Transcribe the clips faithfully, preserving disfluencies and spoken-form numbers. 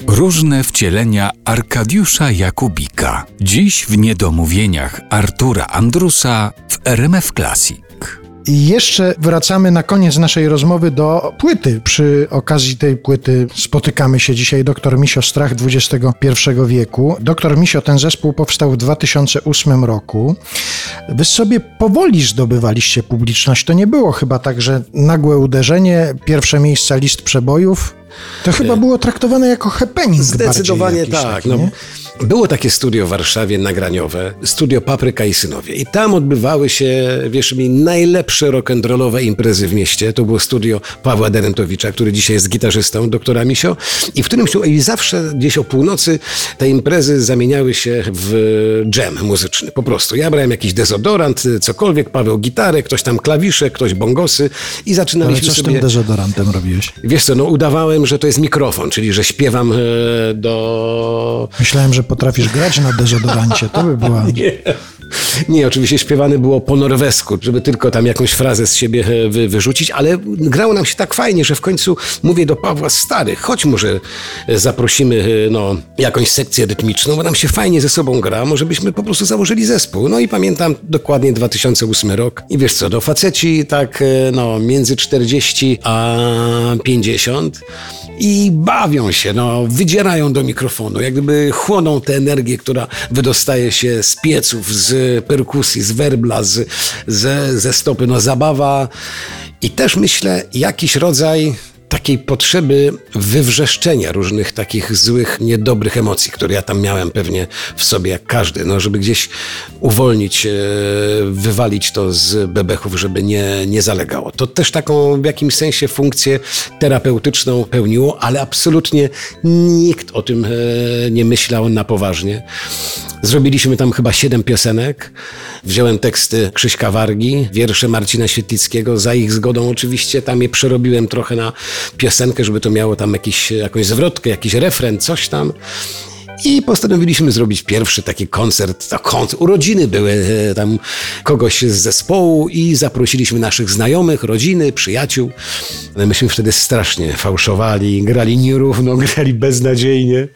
Różne wcielenia Arkadiusza Jakubika. Dziś w niedomówieniach Artura Andrusa w R M F Classic. I jeszcze wracamy na koniec naszej rozmowy do płyty. Przy okazji tej płyty spotykamy się dzisiaj. Doktor Misio, strach dwudziestego pierwszego wieku. Doktor Misio, ten zespół powstał w dwa tysiące ósmym roku. Wy sobie powoli zdobywaliście publiczność. To nie było chyba tak, że nagłe uderzenie, pierwsze miejsca list przebojów. To chyba było traktowane jako happening. Zdecydowanie jakiś tak. taki, no, było takie studio w Warszawie nagraniowe, studio Papryka i Synowie. I tam odbywały się, wierz mi, najlepsze rock'n'rollowe imprezy w mieście. To było studio Pawła Derentowicza, który dzisiaj jest gitarzystą, doktora Misio. I w którym się i zawsze gdzieś o północy te imprezy zamieniały się w dżem muzyczny. Po prostu. Ja brałem jakiś dezodorant, cokolwiek, Paweł gitarę, ktoś tam klawisze, ktoś bongosy i zaczynaliśmy Ale co sobie... z tym dezodorantem robiłeś? Wiesz co, no udawałem, że to jest mikrofon, czyli że śpiewam e, do... Myślałem, że potrafisz grać na dezodorancie. To by była... Nie. Nie, oczywiście śpiewane było po norwesku, żeby tylko tam jakąś frazę z siebie wy, wyrzucić, ale grało nam się tak fajnie, że w końcu mówię do Pawła: stary, chodź może zaprosimy no, jakąś sekcję rytmiczną, bo nam się fajnie ze sobą gra, może byśmy po prostu założyli zespół. No i pamiętam dokładnie dwa tysiące ósmy rok i wiesz co, do faceci tak no między czterdzieści a pięćdziesiąt i bawią się, no wydzierają do mikrofonu, jak gdyby chłoną tę energię, która wydostaje się z pieców, z perkusji, z werbla, z, ze, ze stopy. No zabawa i też myślę jakiś rodzaj takiej potrzeby wywrzeszczenia różnych takich złych, niedobrych emocji, które ja tam miałem pewnie w sobie jak każdy, no żeby gdzieś uwolnić, wywalić to z bebechów, żeby nie, nie zalegało. To też taką w jakimś sensie funkcję terapeutyczną pełniło, ale absolutnie nikt o tym nie myślał na poważnie. Zrobiliśmy tam chyba siedem piosenek. Wziąłem teksty Krzyśka Wargi, wiersze Marcina Świetlickiego, za ich zgodą oczywiście. Tam je przerobiłem trochę na piosenkę, żeby to miało tam jakiś, jakąś zwrotkę, jakiś refren, coś tam. I postanowiliśmy zrobić pierwszy taki koncert, to koncert, urodziny były tam kogoś z zespołu i zaprosiliśmy naszych znajomych, rodziny, przyjaciół. Myśmy wtedy strasznie fałszowali, grali nierówno, grali beznadziejnie.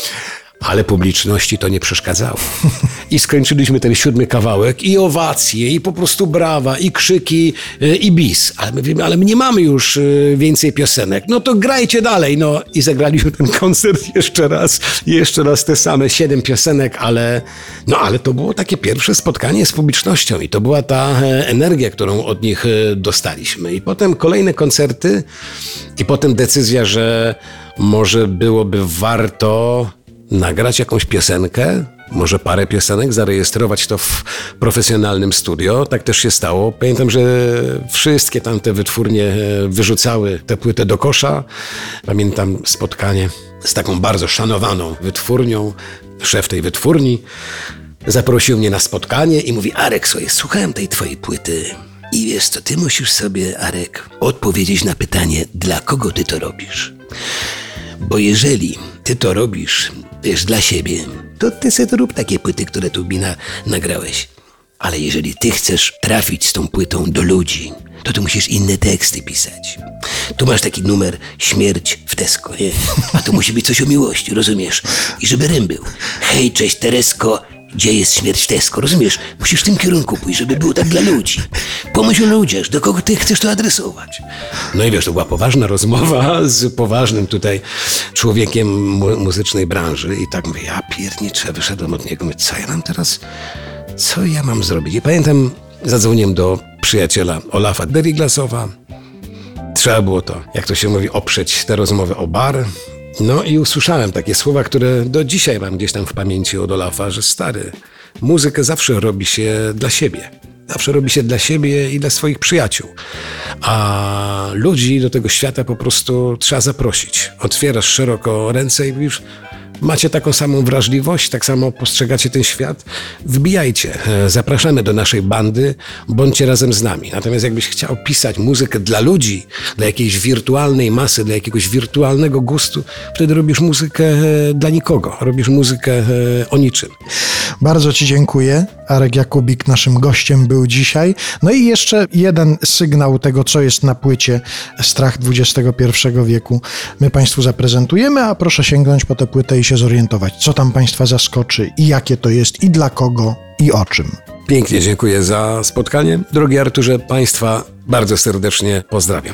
Ale publiczności to nie przeszkadzało. I skończyliśmy ten siódmy kawałek i owacje, i po prostu brawa, i krzyki, i bis. Ale my wiemy, ale my nie mamy już więcej piosenek. No to grajcie dalej. No i zagraliśmy ten koncert jeszcze raz, jeszcze raz te same siedem piosenek, ale no ale to było takie pierwsze spotkanie z publicznością i to była ta energia, którą od nich dostaliśmy. I potem kolejne koncerty i potem decyzja, że może byłoby warto nagrać jakąś piosenkę, może parę piosenek, zarejestrować to w profesjonalnym studio. Tak też się stało. Pamiętam, że wszystkie tamte wytwórnie wyrzucały tę płytę do kosza. Pamiętam spotkanie z taką bardzo szanowaną wytwórnią. Szef tej wytwórni zaprosił mnie na spotkanie i mówi: Arek, słuchaj, słuchałem tej twojej płyty i wiesz co, ty musisz sobie, Arek, odpowiedzieć na pytanie, dla kogo ty to robisz. Bo jeżeli ty to robisz, wiesz, dla siebie, to ty sobie to rób takie płyty, które tu mi na, nagrałeś. Ale jeżeli ty chcesz trafić z tą płytą do ludzi, to ty musisz inne teksty pisać. Tu masz taki numer Śmierć w Tesco, nie? A to musi być coś o miłości, rozumiesz? I żeby rym był. Hej, cześć Teresko, gdzie jest śmierć w Tesco, rozumiesz? Musisz w tym kierunku pójść, żeby było tak dla ludzi. Pomyśl o ludziach, do kogo ty chcesz to adresować. No i wiesz, to była poważna rozmowa z poważnym tutaj człowiekiem mu- muzycznej branży i tak mówię, ja pierniczę, wyszedłem od niego, mówię, co ja mam teraz, co ja mam zrobić? I pamiętam, zadzwoniłem do przyjaciela Olafa Deriglasowa. Trzeba było to, jak to się mówi, oprzeć tę rozmowę o bar. No i usłyszałem takie słowa, które do dzisiaj mam gdzieś tam w pamięci od Olafa, że stary, muzykę zawsze robi się dla siebie. Zawsze robi się dla siebie i dla swoich przyjaciół. A ludzi do tego świata po prostu trzeba zaprosić. Otwierasz szeroko ręce i mówisz, macie taką samą wrażliwość, tak samo postrzegacie ten świat, wbijajcie, zapraszamy do naszej bandy, bądźcie razem z nami. Natomiast jakbyś chciał pisać muzykę dla ludzi, dla jakiejś wirtualnej masy, dla jakiegoś wirtualnego gustu, wtedy robisz muzykę dla nikogo, robisz muzykę o niczym. Bardzo Ci dziękuję. Arek Jakubik naszym gościem był dzisiaj. No i jeszcze jeden sygnał tego, co jest na płycie Strach dwudziestego pierwszego wieku. My Państwu zaprezentujemy, a proszę sięgnąć po tę płytę i się zorientować, co tam Państwa zaskoczy i jakie to jest i dla kogo i o czym. Pięknie dziękuję za spotkanie. Drogi Arturze, Państwa bardzo serdecznie pozdrawiam.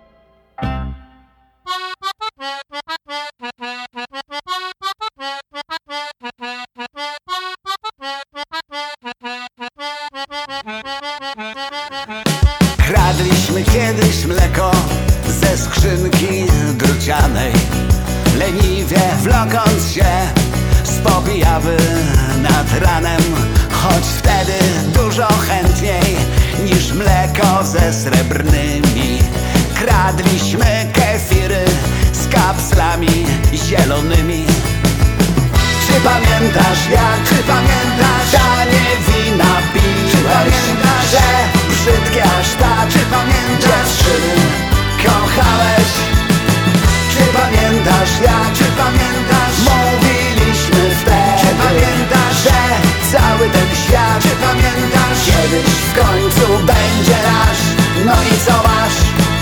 Kradliśmy kiedyś mleko ze skrzynki drucianej, leniwie wlokąc się z pobijawy nad ranem, choć wtedy dużo chętniej niż mleko ze srebrnymi. Kradliśmy kefiry z kapslami zielonymi. Czy pamiętasz jak, czy pamiętasz tanie wina piłeś? Czy pamiętasz, że brzydkie aż tak, czy pamiętasz dziewczyny kochałeś? Czy pamiętasz jak, czy pamiętasz mówiliśmy wtedy? Czy pamiętasz, że cały ten świat, czy pamiętasz kiedyś w końcu będzie nasz? No i co masz?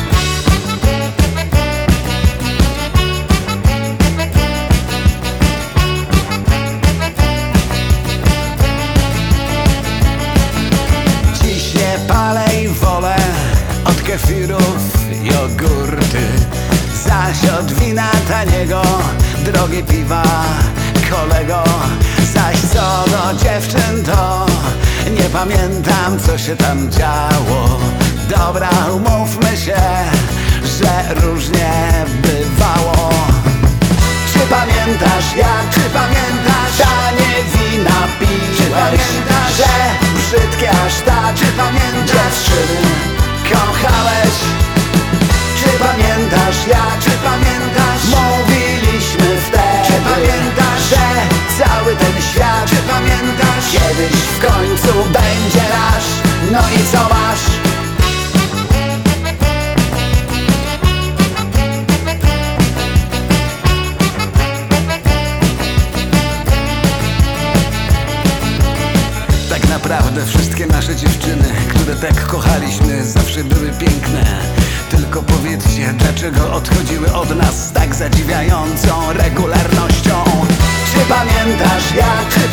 Od kefirów jogurty, zaś od wina taniego drogie piwa, kolego. Zaś co do dziewczyn, to nie pamiętam, co się tam działo. Dobra, umówmy się, że różnie bywało. Czy pamiętasz jak, czy pamiętasz tanie wina piłeś? Czy pamiętasz, że brzydkie aż tak, czy pamiętasz dziewczyny kochałeś? Czy pamiętasz jak, czy pamiętasz mówiliśmy wtedy? Czy pamiętasz, że cały ten świat, czy pamiętasz kiedyś w końcu będzie nasz? No i co masz? Tak naprawdę wszystkie nasze dziewczyny, które tak kochaliśmy, zawsze były piękne. Tylko powiedzcie, dlaczego odchodziły od nas z tak zadziwiającą regularnością? Czy pamiętasz jak, czy